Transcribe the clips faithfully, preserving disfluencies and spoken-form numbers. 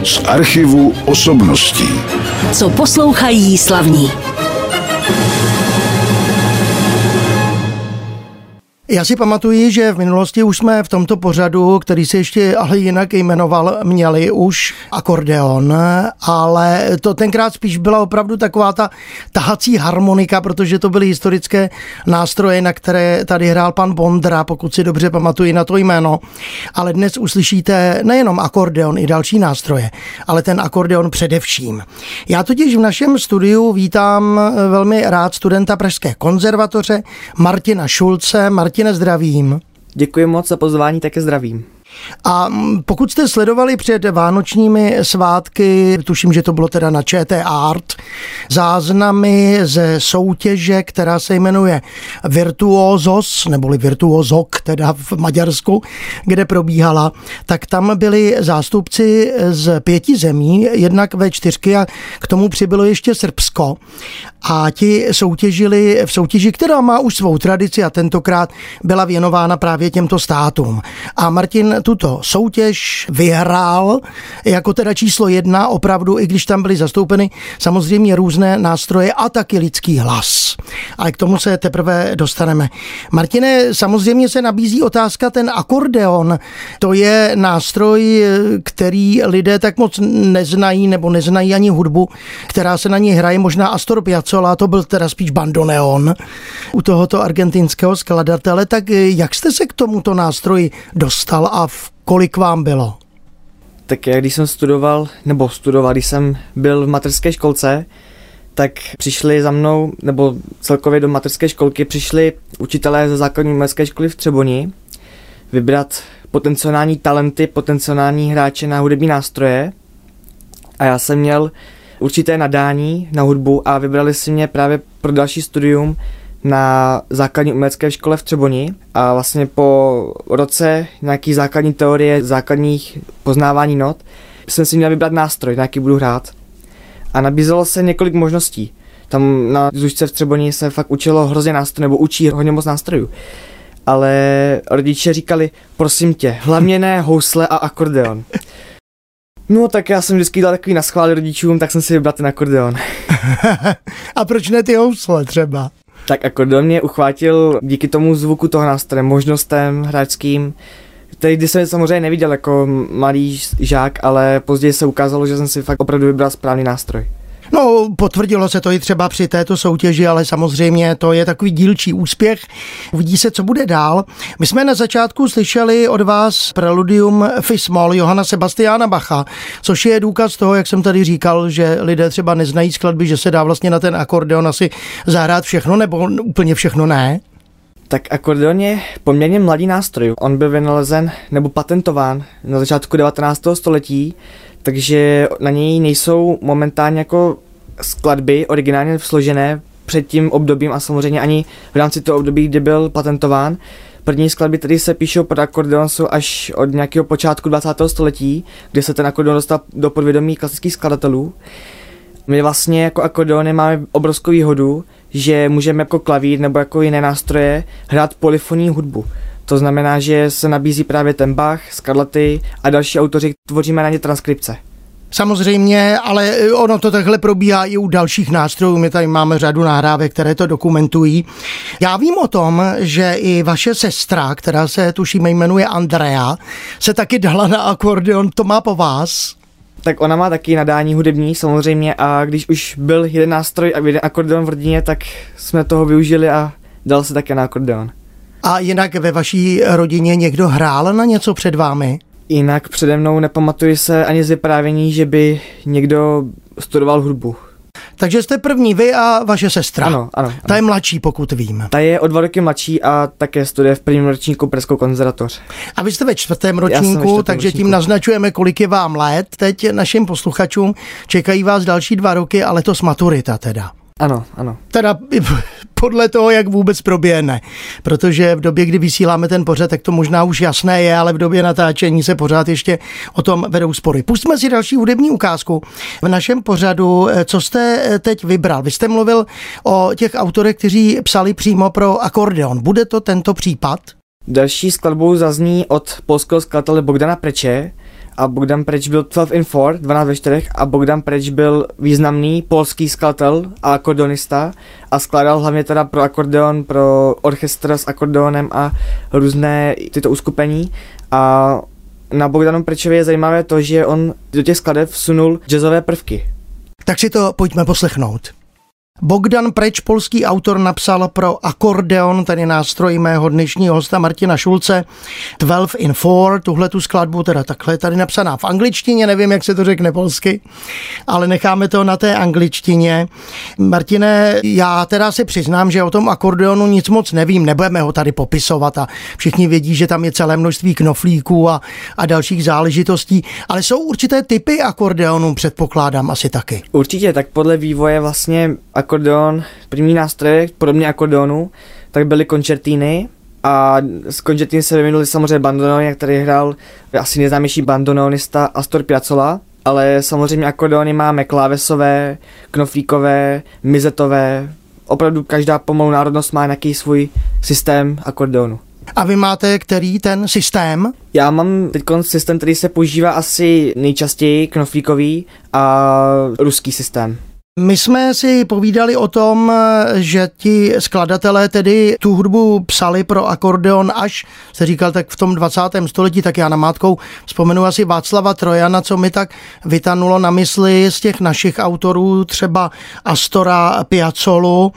z archivu osobností. Co poslouchají slavní. Já si pamatuji, že v minulosti už jsme v tomto pořadu, který se ještě ale jinak jmenoval, měli už akordeon, ale to tenkrát spíš byla opravdu taková ta tahací harmonika, protože to byly historické nástroje, na které tady hrál pan Bondra, pokud si dobře pamatuji na to jméno. Ale dnes uslyšíte nejenom akordeon i další nástroje, ale ten akordeon především. Já totiž v našem studiu vítám velmi rád studenta Pražské konzervatoře Martina Šulce. Martine, zdravím. Děkuji moc za pozvání, také zdravím. A pokud jste sledovali před vánočními svátky, tuším, že to bylo teda na ČT Art, záznamy ze soutěže, která se jmenuje Virtuosos, neboli Virtuozok, teda v Maďarsku, kde probíhala, tak tam byli zástupci z pěti zemí, jednak vé čtyřky a k tomu přibylo ještě Srbsko. A ti soutěžili v soutěži, která má už svou tradici a tentokrát byla věnována právě těmto státům. A Martin tuto soutěž vyhrál jako teda číslo jedna, opravdu, i když tam byly zastoupeny samozřejmě různé nástroje a taky lidský hlas. Ale k tomu se teprve dostaneme. Martine, samozřejmě se nabízí otázka, ten akordeon, to je nástroj, který lidé tak moc neznají nebo neznají ani hudbu, která se na ní hraje, možná Astor Piazzolla, to byl teda spíš bandoneon u tohoto argentinského skladatele. Tak jak jste se k tomuto nástroji dostal a v kolik vám bylo? Tak já když jsem studoval, nebo studoval, když jsem byl v mateřské školce, tak přišli za mnou, nebo celkově do mateřské školky přišli učitelé ze základní umělecké školy v Třeboni vybrat potenciální talenty, potenciální hráče na hudební nástroje. A já jsem měl určité nadání na hudbu a vybrali si mě právě pro další studium na základní umělecké škole v Třeboni a vlastně po roce nějaký základní teorie, základních poznávání not jsem si měl vybrat nástroj, na jaký budu hrát. A nabízelo se několik možností. Tam na Zušce v Třeboni se fakt učilo hrozně nástrojů, nebo učí hodně moc nástrojů. Ale rodiče říkali, prosím tě, hlavně ne housle a akordeon. No tak já jsem vždycky dal takový naschvál rodičům, tak jsem si vybral ten akordeon. A proč ne ty housle třeba? Tak akordeon mě uchvátil díky tomu zvuku toho nástroje, možnostem hráčským. Tehdy jsem samozřejmě neviděl jako malý žák, ale později se ukázalo, že jsem si fakt opravdu vybral správný nástroj. No, potvrdilo se to i třeba při této soutěži, ale samozřejmě to je takový dílčí úspěch. Uvidí se, co bude dál. My jsme na začátku slyšeli od vás preludium Fis-moll Johanna Sebastiana Bacha, což je důkaz toho, jak jsem tady říkal, že lidé třeba neznají skladby, že se dá vlastně na ten akordeon asi zahrát všechno, nebo úplně všechno ne? Tak akordeon je poměrně mladý nástroj. On byl vynalezen nebo patentován na začátku devatenáctého století, takže na něj nejsou momentálně jako skladby originálně složené před tím obdobím a samozřejmě ani v rámci toho období, kdy byl patentován. První skladby, které se píšou pod akordeon, jsou až od nějakého počátku dvacátého století, kdy se ten akordeon dostal do podvědomí klasických skladatelů. My vlastně jako akordeony máme obrovskou výhodu, že můžeme jako klavír nebo jako jiné nástroje hrát polyfonní hudbu. To znamená, že se nabízí právě ten Bach, Scarlatti a další autoři, tvoříme na ně transkripce. Samozřejmě, ale ono to takhle probíhá i u dalších nástrojů. My tady máme řadu nahrávek, které to dokumentují. Já vím o tom, že i vaše sestra, která se tuším jmenuje Andrea, se taky dala na akordeon. To má po vás? Tak ona má taky nadání hudební samozřejmě a když už byl jeden nástroj a jeden akordeon v rodině, tak jsme toho využili a dal se také na akordeon. A jinak ve vaší rodině někdo hrál na něco před vámi? Jinak přede mnou nepamatuji se ani z vyprávění, že by někdo studoval hudbu. Takže jste první vy a vaše sestra. Ano, ano. ano. Ta je mladší, pokud vím. Ta je o dva roky mladší a také studuje v prvním ročníku Pražskou konzervatoř. A vy jste ve čtvrtém ročníku, ve čtvrtém takže ročníku. Tím naznačujeme, kolik je vám let. Teď našim posluchačům čekají vás další dva roky a letos maturita teda. Ano, ano. Teda podle toho, jak vůbec proběhne. Protože v době, kdy vysíláme ten pořad, tak to možná už jasné je, ale v době natáčení se pořád ještě o tom vedou spory. Pustíme si další hudební ukázku v našem pořadu. Co jste teď vybral? Vy jste mluvil o těch autorech, kteří psali přímo pro akordeon. Bude to tento případ? Další skladbou zazní od polského skladatele Bogdana Preče a Bogdan Preč byl dvanáct in čtyři, dvanáct ve čtyřech a Bogdan Preč byl významný polský skladatel a akordonista a skládal hlavně teda pro akordeon, pro orchestr s akordeonem a různé tyto uskupení. A na Bogdanu Prečovi je zajímavé to, že on do těch skladeb vsunul jazzové prvky. Tak si to pojďme poslechnout. Bogdan Preč, polský autor, napsal pro akordeon, tedy nástroj mého dnešního hosta Martina Šulce, dvanáct in čtyři, tuhle tu skladbu, teda takhle je tady napsaná v angličtině, nevím, jak se to řekne polsky, ale necháme to na té angličtině. Martine, já teda si přiznám, že o tom akordeonu nic moc nevím, nebudeme ho tady popisovat a všichni vědí, že tam je celé množství knoflíků a, a dalších záležitostí, ale jsou určité typy akordeonů, předpokládám asi taky. Určitě, tak podle vývoje vlastně akordeon, první nástroje, podobně akordeonu, tak byly koncertíny a z koncertíny se vyvinuli samozřejmě bandonony, jak tady hrál asi nejznámější bandononista Astor Piazzolla, ale samozřejmě akordeony máme klávesové, knoflíkové, mizetové, opravdu každá pomalu národnost má nějaký svůj systém akordeonu. A vy máte který ten systém? Já mám teď systém, který se používá asi nejčastěji, knoflíkový a ruský systém. My jsme si povídali o tom, že ti skladatelé tedy tu hudbu psali pro akordeon až, se říkal, tak v tom dvacátém století, tak já namátkou vzpomenu asi Václava Trojana, co mi tak vytanulo na mysli z těch našich autorů, třeba Astora Piazzolu.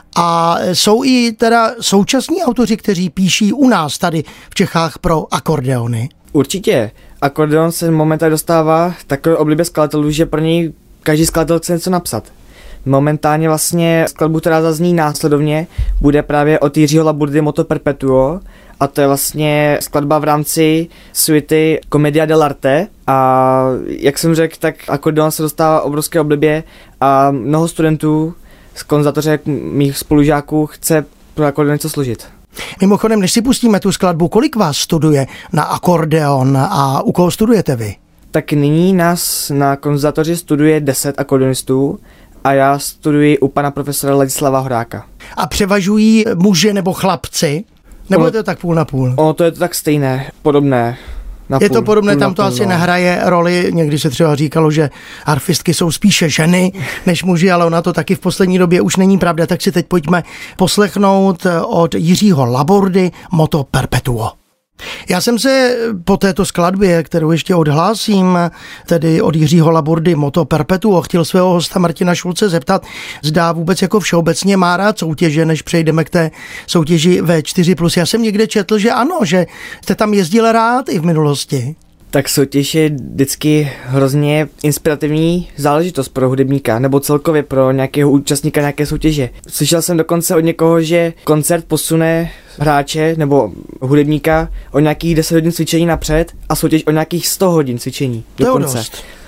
A jsou i teda současní autoři, kteří píší u nás tady v Čechách pro akordeony. Určitě. Akordeon se momentálně dostává takové oblibě skladatelů, že pro něj každý skladatel chce něco napsat. Momentálně vlastně skladbu, která zazní následovně, bude právě od Jiřího Laburdy Moto Perpetuo a to je vlastně skladba v rámci suity Commedia dell'arte a jak jsem řekl, tak akordeon se dostává obrovské oblibě a mnoho studentů z konzervatoře mých spolužáků chce pro akordeon něco složit. Mimochodem, než si pustíme tu skladbu, kolik vás studuje na akordeon a u koho studujete vy? Tak nyní nás na konzervatoři studuje deset akordeonistů a já studuji u pana profesora Ladislava Horáka. A převažují muži nebo chlapci? Nebo ono, je to tak půl na půl? Ono to je to tak stejné, podobné. Na je půl, to podobné, půl tam to půl, asi no. nehraje roli, někdy se třeba říkalo, že harfistky jsou spíše ženy než muži, ale ona to taky v poslední době už není pravda, tak si teď pojďme poslechnout od Jiřího Laburdy Moto Perpetuo. Já jsem se po této skladbě, kterou ještě odhlásím, tedy od Jiřího Laburdy Moto Perpetuo, chtěl svého hosta Martina Šulce zeptat, zda vůbec jako všeobecně má rád soutěže, než přejdeme k té soutěži V čtyři plus. Já jsem někde četl, že ano, že jste tam jezdil rád i v minulosti. Tak soutěž je vždycky hrozně inspirativní záležitost pro hudebníka, nebo celkově pro nějakého účastníka nějaké soutěže. Slyšel jsem dokonce od někoho, že koncert posune hráče nebo hudebníka o nějakých deset hodin cvičení napřed a soutěž o nějakých sto hodin cvičení dokonce.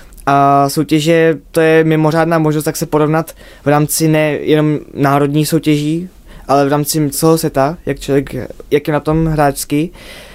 A soutěže, to je mimořádná možnost, tak se porovnat v rámci nejenom národní soutěží, ale v rámci celého světa, jak člověk, jak je na tom hráčsky.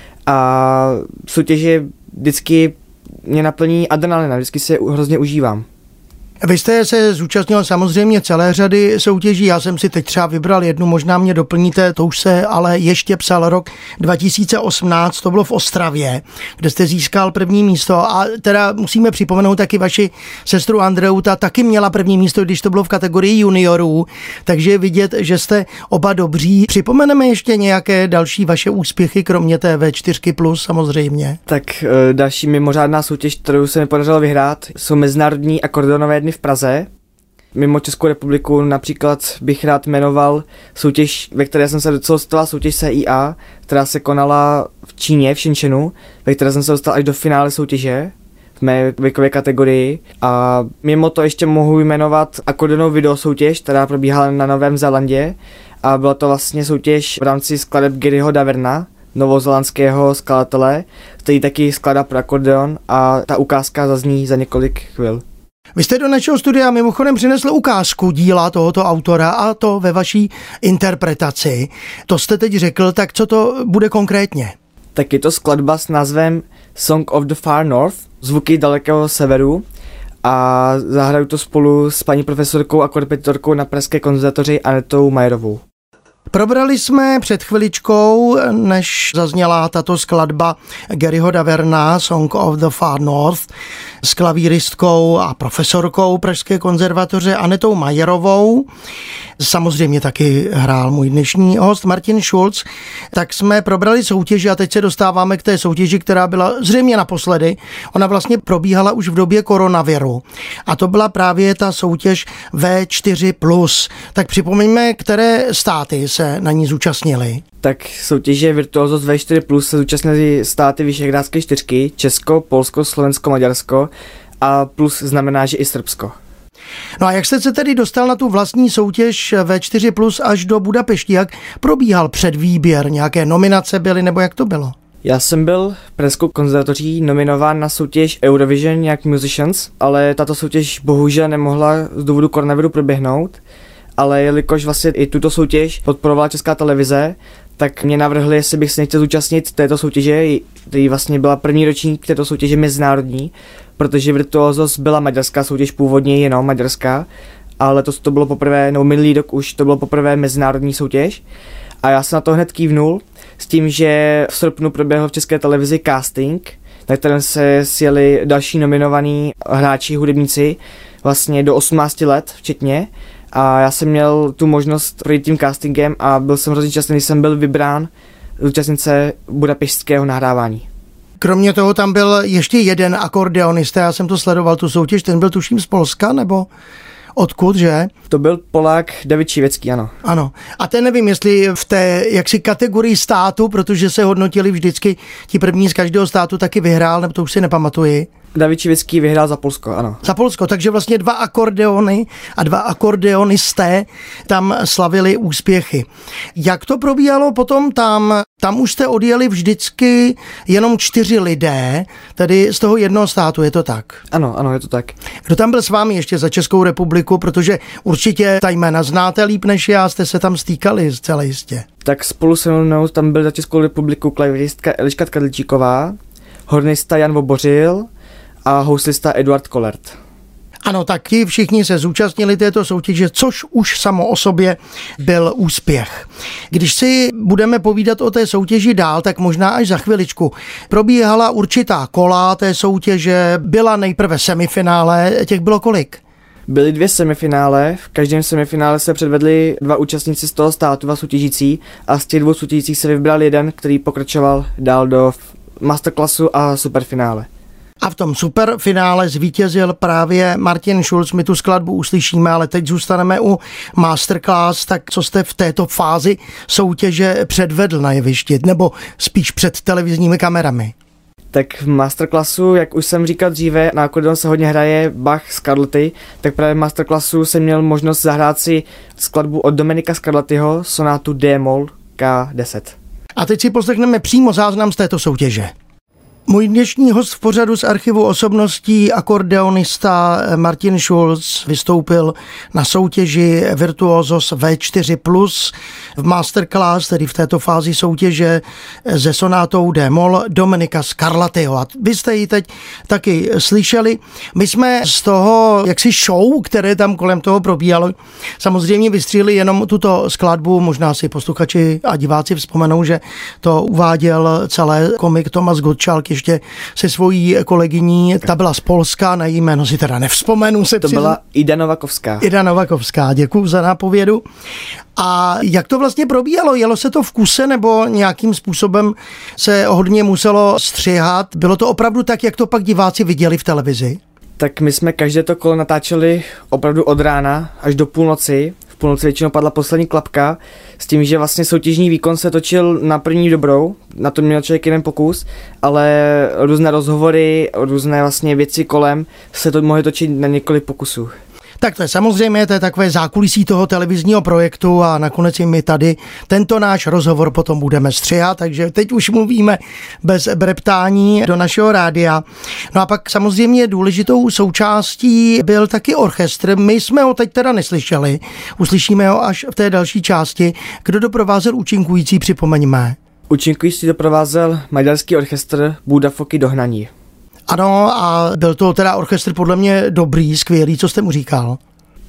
A soutěže vždycky mě naplní adrenalina, vždycky se hrozně užívám. Vy jste se zúčastnil samozřejmě celé řady soutěží, já jsem si teď třeba vybral jednu, možná mě doplníte, to už se ale ještě psal rok dva tisíce osmnáct, to bylo v Ostravě, kde jste získal první místo a teda musíme připomenout taky vaši sestru Andreu, ta taky měla první místo, když to bylo v kategorii juniorů, takže je vidět, že jste oba dobří. Připomeneme ještě nějaké další vaše úspěchy, kromě té V čtyři plus samozřejmě. Tak další mimořádná soutěž, kterou se mi podařilo vyhrát, jsou mezinárodní akordeonové dny v Praze. Mimo Českou republiku například bych rád jmenoval soutěž, ve které jsem se dostal, soutěž C I A, která se konala v Číně, v Shenzhenu, ve které jsem se dostal až do finále soutěže v mé věkové kategorii. A mimo to ještě mohu jmenovat akordeonovou videosoutěž, která probíhala na Novém Zélandě a byla to vlastně soutěž v rámci skladeb Garyho Daverna, novozélandského skladatele, který taky skládá pro akordeon a ta ukázka zazní za několik chvil. Vy jste do našeho studia mimochodem přinesl ukázku díla tohoto autora a to ve vaší interpretaci. To jste teď řekl, tak co to bude konkrétně? Tak je to skladba s názvem Song of the Far North, zvuky dalekého severu a zahraju to spolu s paní profesorkou a korepetitorkou na Pražské konzervatoři Anetou Majerovou. Probrali jsme před chviličkou, než zazněla tato skladba Garyho Daverna, Song of the Far North, s klavíristkou a profesorkou Pražské konzervatoře Anetou Majerovou. Samozřejmě taky hrál můj dnešní host Martin Schulz. Tak jsme probrali soutěži a teď se dostáváme k té soutěži, která byla zřejmě naposledy. Ona vlastně probíhala už v době koronaviru. A to byla právě ta soutěž V čtyři plus. Tak připomeňme, které státy se na ní zúčastnily. Tak soutěže Virtuózos V čtyři plus se zúčastnily státy Visegrádské čtyřky, Česko, Polsko, Slovensko, Maďarsko a plus znamená, že i Srbsko. No a jak jste se tedy dostal na tu vlastní soutěž V čtyři plus až do Budapešti? Jak probíhal předvýběr? Nějaké nominace byly nebo jak to bylo? Já jsem byl Pražskou konzervatoří nominován na soutěž Eurovision Young Musicians, ale tato soutěž bohužel nemohla z důvodu koronaviru proběhnout, ale jelikož vlastně i tuto soutěž podporovala Česká televize, tak mě navrhli, jestli bych se nechtěl zúčastnit této soutěže, který vlastně byla první ročník této soutěže mezinárodní, protože Virtuózos byla maďarská soutěž, původně jenom maďarská, ale letos to bylo poprvé, nebo minulý rok už to bylo poprvé mezinárodní soutěž. A já jsem na to hned kývnul s tím, že v srpnu proběhl v České televizi casting, na kterém se sjeli další nominovaní hráči, hudebníci, vlastně do osmnácti let včetně. A já jsem měl tu možnost projít tím castingem a byl jsem hrozně šťastný, když jsem byl vybrán zúčastnit se budapešťského nahrávání. Kromě toho tam byl ještě jeden akordeonista, já jsem to sledoval, tu soutěž, ten byl tuším z Polska, nebo odkud, že? To byl Polák David Čivecký, ano. Ano. A ten nevím, jestli v té jaksi kategorii státu, protože se hodnotili vždycky ti první z každého státu, taky vyhrál, nebo to už si nepamatuji. David Čivecký vyhrál za Polsko, ano. Za Polsko, takže vlastně dva akordeony a dva akordeonisté tam slavili úspěchy. Jak to probíhalo potom tam? Tam už jste odjeli vždycky jenom čtyři lidé, tedy z toho jednoho státu, je to tak? Ano, ano, je to tak. Kdo tam byl s vámi ještě za Českou republiku, protože určitě ta jména znáte líp než já, jste se tam stýkali zcela jistě. Tak spolu se mnou tam byl za Českou republiku klavíristka Eliška Kadlčíková, hornista Jan Vobořil a houslista Eduard Kolert. Ano, tak ti všichni se zúčastnili této soutěže, což už samo o sobě byl úspěch. Když si budeme povídat o té soutěži dál, tak možná až za chviličku. Probíhala určitá kola té soutěže, byla nejprve semifinále, těch bylo kolik? Byly dvě semifinále, v každém semifinále se předvedli dva účastníci z toho státu, dva soutěžící a z těch dvou soutěžících se vybral jeden, který pokračoval dál do masterclassu a superfinále. A v tom superfinále zvítězil právě Martin Schulz, my tu skladbu uslyšíme, ale teď zůstaneme u masterclass, tak co jste v této fázi soutěže předvedl na jevišti, nebo spíš před televizními kamerami? Tak v masterclassu, jak už jsem říkal dříve, na akordeon se hodně hraje Bach Scarlatti, tak právě v masterclassu jsem měl možnost zahrát si skladbu od Dominika Scarlattiho, sonátu D-moll K deset. A teď si poslechneme přímo záznam z této soutěže. Můj dnešní host v pořadu z archivu osobností, akordeonista Martin Schulz, vystoupil na soutěži Virtuózos V čtyři plus v masterclass, tedy v této fázi soutěže se sonátou D-moll Dominika Scarlattiho. A vy jste ji teď taky slyšeli. My jsme z toho jaksi show, které tam kolem toho probíhalo, samozřejmě vystříhli jenom tuto skladbu. Možná si posluchači a diváci vzpomenou, že to uváděl celé komik Tomáš Gottschalk ještě se svojí kolegyní, ta byla z Polska, na její jméno si teda nevzpomenu. Se to přiznám. byla Ida Novakovská. Ida Novakovská, děkuju za nápovědu. A jak to vlastně probíhalo? Jelo se to v kuse nebo nějakým způsobem se hodně muselo střihat? Bylo to opravdu tak, jak to pak diváci viděli v televizi? Tak my jsme každé to kolo natáčeli opravdu od rána až do půlnoci. V půlnoci většinou padla poslední klapka s tím, že vlastně soutěžní výkon se točil na první dobrou, na to měl člověk jeden pokus, ale různé rozhovory, různé vlastně věci kolem se to mohly točit na několik pokusů. Tak to je samozřejmě, to je takové zákulisí toho televizního projektu a nakonec i my tady tento náš rozhovor potom budeme střihat, takže teď už mluvíme bez breptání do našeho rádia. No a pak samozřejmě důležitou součástí byl taky orchestr. My jsme ho teď teda neslyšeli, uslyšíme ho až v té další části. Kdo doprovázel účinkující, připomeňme. Účinkující doprovázel maďarský orchestr Búda Foky Dohnaní. Ano, a byl to teda orchestr podle mě dobrý, skvělý, co jste mu říkal?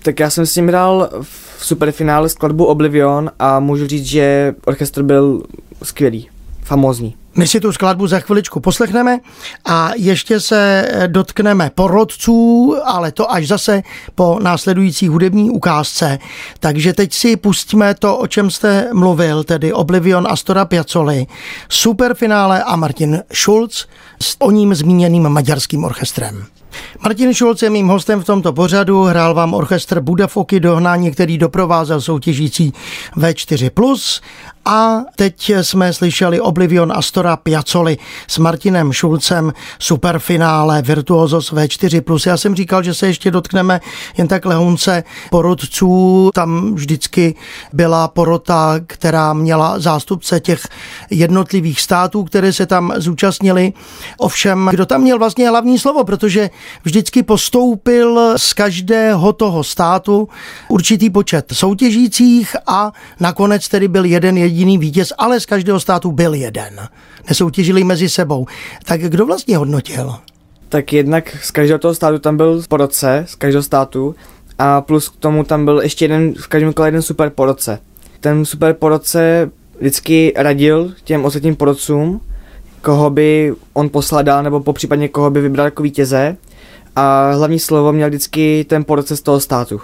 Tak já jsem s ním hrál v superfinále skladbu Oblivion a můžu říct, že orchestr byl skvělý, famózní. My si tu skladbu za chviličku poslechneme a ještě se dotkneme porodců, ale to až zase po následující hudební ukázce. Takže teď si pustíme to, o čem jste mluvil, tedy Oblivion Astora Piazzoli, superfinále a Martin Schulz s o ním zmíněným maďarským orchestrem. Martin Schulz je mým hostem v tomto pořadu, hrál vám orchestr Budafoky Dohnání, který doprovázel soutěžící vé čtyři plus, a teď jsme slyšeli Oblivion Astora Piazzoli s Martinem Schulzem, superfinále Virtuosos vé čtyři plus. Já jsem říkal, že se ještě dotkneme jen tak lehonce porodců. Tam vždycky byla porota, která měla zástupce těch jednotlivých států, které se tam zúčastnili. Ovšem, kdo tam měl vlastně hlavní slovo, protože vždycky postoupil z každého toho státu určitý počet soutěžících a nakonec tedy byl jeden jediný vítěz, ale z každého státu byl jeden. Nesoutěžili mezi sebou. Tak kdo vlastně hodnotil? Tak jednak z každého toho státu tam byl porodce, z každého státu, a plus k tomu tam byl ještě jeden, v každém kole jeden super porodce. Ten super porodce vždycky radil těm ostatním porodcům, koho by on poslal dál, nebo popřípadně koho by vybral jako vítěze, a hlavní slovo měl vždycky ten porodce z toho státu.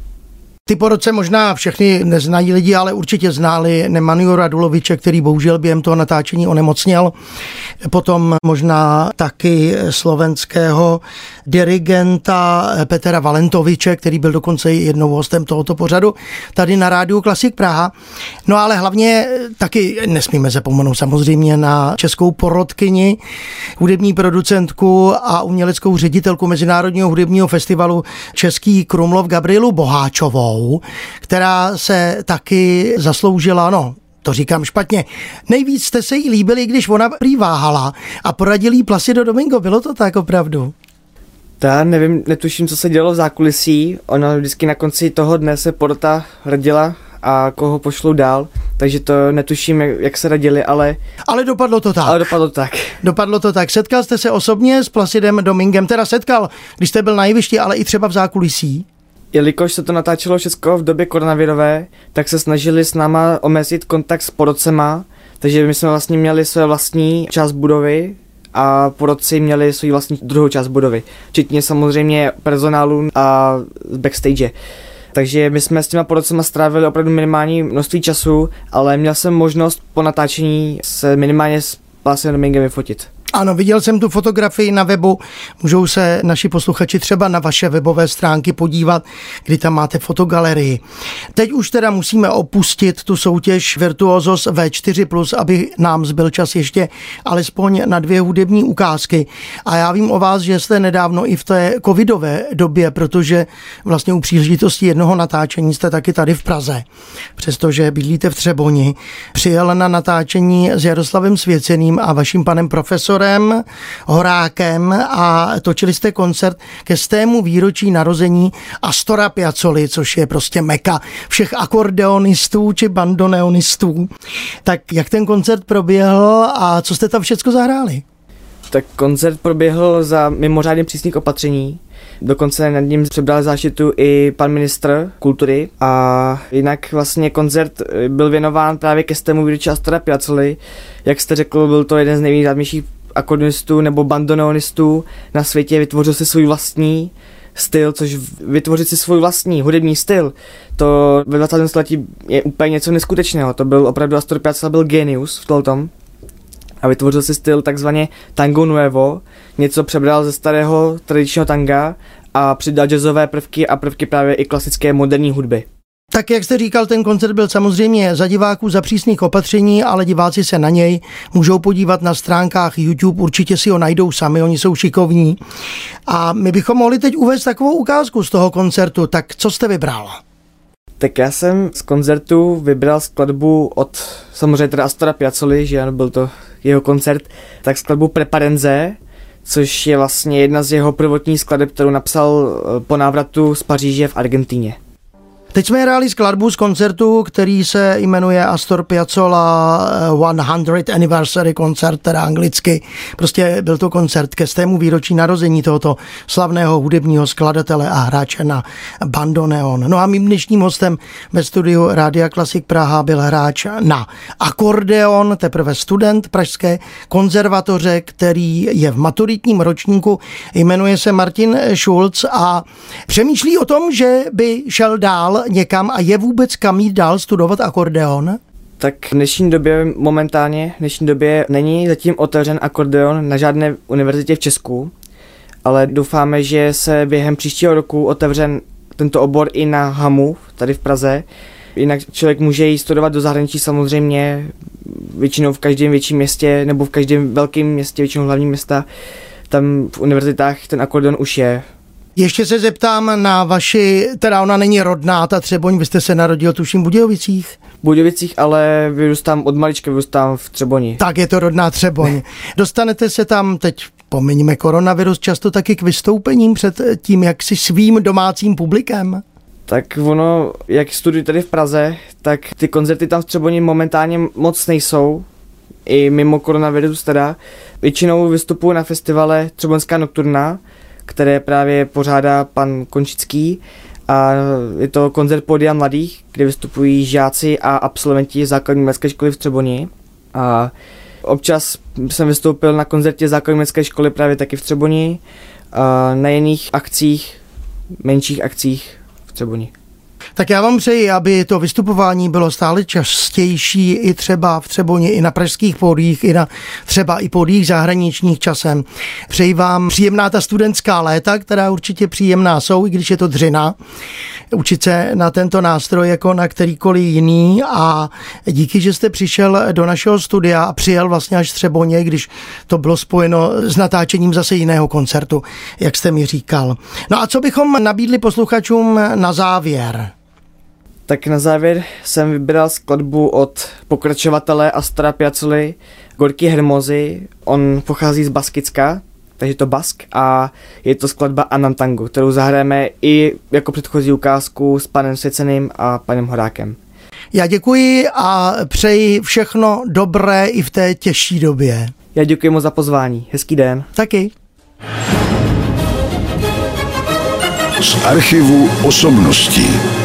Ty porodce možná všechny neznají lidi, ale určitě znali Nemanja Raduloviče, který bohužel během toho natáčení onemocněl. Potom možná taky slovenského dirigenta Petra Valentoviče, který byl dokonce jednou hostem tohoto pořadu tady na Rádiu Klasik Praha. No ale hlavně taky nesmíme zapomenout samozřejmě na českou porodkyni, hudební producentku a uměleckou ředitelku Mezinárodního hudebního festivalu Český Krumlov Gabrielu Boháčovou, která se taky zasloužila, no, to říkám špatně. Nejvíc jste se jí líbili, když ona prý váhala a poradil jí Placido Domingo. Bylo to tak opravdu? Já nevím, netuším, co se dělo v zákulisí. Ona vždycky na konci toho dne se porota radila a koho pošlou dál, takže to netuším, jak se radili, ale... Ale dopadlo to tak. Ale dopadlo tak. Dopadlo to tak. Setkal jste se osobně s Placidem Domingem, teda setkal, když jste byl na jevišti, ale i třeba v zákulisí? Jelikož se to natáčelo všechno v době koronavirové, tak se snažili s náma omezit kontakt s porodcema, takže my jsme vlastně měli své vlastní část budovy a porodci měli svou vlastní druhou část budovy, včetně samozřejmě personálu a backstage. Takže my jsme s těma porodcema strávili opravdu minimální množství času, ale měl jsem možnost po natáčení se minimálně s Placidem Domingem vyfotit. Ano, viděl jsem tu fotografii na webu, můžou se naši posluchači třeba na vaše webové stránky podívat, kdy tam máte fotogalerii. Teď už teda musíme opustit tu soutěž Virtuosos vé čtyři plus, aby nám zbyl čas ještě alespoň na dvě hudební ukázky. A já vím o vás, že jste nedávno i v té covidové době, protože vlastně u příležitosti jednoho natáčení jste taky tady v Praze, přestože bydlíte v Třeboni, přijel na natáčení s Jaroslavem Svěceným a vaším panem profesorem Horákem a točili jste koncert ke stému výročí narození Astora Piazzoli, což je prostě meka všech akordeonistů či bandoneonistů. Tak jak ten koncert proběhl a co jste tam všecko zahráli? Tak koncert proběhl za mimořádně přísných opatření. Dokonce nad ním přebral záštitu i pan ministr kultury a jinak vlastně koncert byl věnován právě ke stému výročí Astora Piazzoli. Jak jste řekl, byl to jeden z nejvýznamnějších akordionistů nebo bandoneonistů na světě, vytvořil si svůj vlastní styl, což vytvořit si svůj vlastní hudební styl, to ve dvacátém století je úplně něco neskutečného. To byl opravdu, Astor Piazzolla byl genius v tom a vytvořil si styl takzvaně tango nuevo, něco přebral ze starého tradičního tanga a přidal jazzové prvky a prvky právě i klasické moderní hudby. Tak jak jste říkal, ten koncert byl samozřejmě za diváků za přísných opatření, ale diváci se na něj můžou podívat na stránkách YouTube, určitě si ho najdou sami, oni jsou šikovní. A my bychom mohli teď uvést takovou ukázku z toho koncertu, tak co jste vybral? Tak já jsem z koncertu vybral skladbu od samozřejmě teda Astora Piazzoli, že ano, byl to jeho koncert, tak skladbu Preparenze, což je vlastně jedna z jeho prvotních skladeb, kterou napsal po návratu z Paříže v Argentíně. Teď jsme hráli skladbu z koncertu, který se jmenuje Astor Piazzolla sto Anniversary Concert, teda anglicky. Prostě byl to koncert ke stému výročí narození tohoto slavného hudebního skladatele a hráče na bandoneon. No a mým dnešním hostem ve studiu Rádia Klasik Praha byl hráč na akordeon, teprve student Pražské konzervatoře, který je v maturitním ročníku, jmenuje se Martin Schulz a přemýšlí o tom, že by šel dál někam a je vůbec kam jít dál studovat akordeon? Tak v dnešní době momentálně, v dnešní době není zatím otevřen akordeon na žádné univerzitě v Česku, ale doufáme, že se během příštího roku otevřen tento obor i na HAMu, tady v Praze. Jinak člověk může jít studovat do zahraničí samozřejmě, většinou v každém větším městě nebo v každém velkém městě, většinou hlavní města, tam v univerzitách ten akordeon už je. Ještě se zeptám na vaši, teda ona není rodná, ta Třeboň, vy jste se narodil tuším v Budějovicích? V Budějovicích, ale vyrůstám od malička, vyrůstám v Třeboni. Tak je to rodná Třeboň. Dostanete se tam, teď pomiňme koronavirus, často taky k vystoupením před tím jaksi svým domácím publikem? Tak ono, jak studuji tady v Praze, tak ty koncerty tam v Třeboni momentálně moc nejsou, i mimo koronavirus teda. Většinou vystupuji na festivale Třeboňská nokturna, které právě pořádá pan Končický, a je to koncert Pódia mladých, kde vystupují žáci a absolventi základní umělecké školy v Třeboni. A občas jsem vystoupil na koncertě základní umělecké školy právě taky v Třeboni, a na jiných akcích, menších akcích v Třeboni. Tak já vám přeji, aby to vystupování bylo stále častější i třeba v Třeboni, i na pražských pódiích, i na třeba i pódiích zahraničních časem. Přeji vám příjemná ta studentská léta, která určitě příjemná jsou, i když je to dřina. Učit se na tento nástroj jako na kterýkoliv jiný a díky, že jste přišel do našeho studia a přijel vlastně až v Třeboně, když to bylo spojeno s natáčením zase jiného koncertu, jak jste mi říkal. No a co bychom nabídli posluchačům na závěr? Tak na závěr jsem vybral skladbu od pokračovatele Astora Piazzoly Gorky Hermozy. On pochází z Baskicka, takže to Bask, a je to skladba Anantango, kterou zahrajeme i jako předchozí ukázku s panem Svěceným a panem Horákem. Já děkuji a přeji všechno dobré i v té těžší době. Já děkuji moc za pozvání. Hezký den. Taky. Z archivu osobností.